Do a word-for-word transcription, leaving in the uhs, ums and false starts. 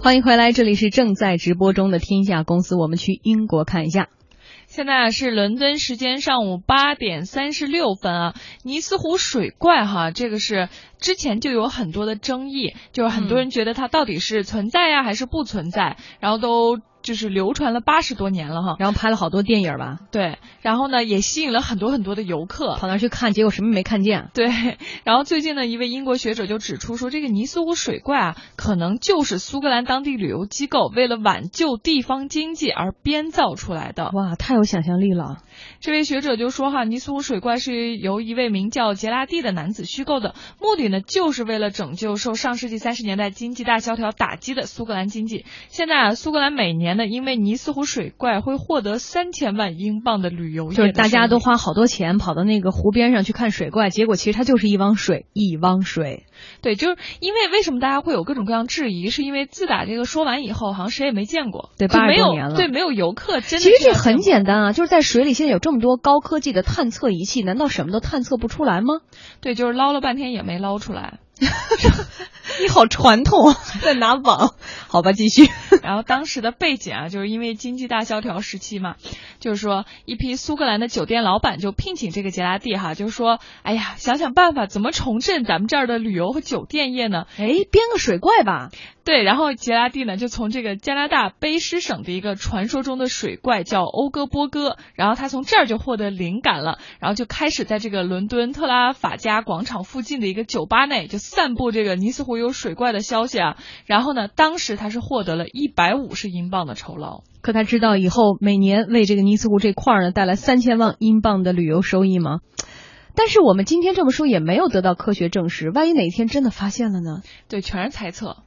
欢迎回来，这里是正在直播中的天下公司，我们去英国看一下。 现在是伦敦时间上午八点三十六分啊，尼斯湖水怪哈，这个是之前就有很多的争议，就是很多人觉得它到底是存在呀、啊、还是不存在，然后都就是流传了八十多年了哈， 然后拍了好多电影吧， 对，然后呢也吸引了很多很多的游客跑那去看，结果什么没看见。 对，然后最近呢，一位英国学者就指出说，这个尼斯湖水怪啊，可能就是苏格兰当地旅游机构为了挽救地方经济而编造出来的。 哇，太有想象力了。 这位学者就说哈，尼斯湖水怪是由一位名叫杰拉蒂的男子虚构的，目的呢就是为了拯救受上世纪三十年代经济大萧条打击的苏格兰经济。现在啊，苏格兰每年呢，因为尼斯湖水怪会获得三千万英镑的旅游业， 就是大家都花好多钱跑到那个湖边上去看水怪，结果其实它就是一汪水，一汪水。 对，就是因为为什么大家会有各种各样质疑，是因为自打这个说完以后，好像谁也没见过， 对，八十多年了， 对，没有游客真的。 其实这很简单啊，就是在水里现在有这么多高科技的探测仪器，难道什么都探测不出来吗？ 对，就是捞了半天也没捞出来。 你好传统啊，在拿网。好吧，继续。 然后当时的背景啊，就是因为经济大萧条时期嘛，就是说一批苏格兰的酒店老板就聘请这个杰拉蒂哈，就是说，哎呀，想想办法怎么重振咱们这儿的旅游和酒店业呢？ 哎，编个水怪吧。 对，然后杰拉蒂呢就从这个加拿大卑诗省的一个传说中的水怪叫欧哥波哥，然后他从这儿就获得灵感了，然后就开始在这个伦敦特拉法加广场附近的一个酒吧内就散布这个尼斯湖有水怪的消息啊，然后呢，当时他是获得了一百五十英镑的酬劳。 可他知道以后每年为这个尼斯湖这块呢带来三千万英镑的旅游收益吗？但是我们今天这么说也没有得到科学证实，万一哪天真的发现了呢？ 对，全是猜测。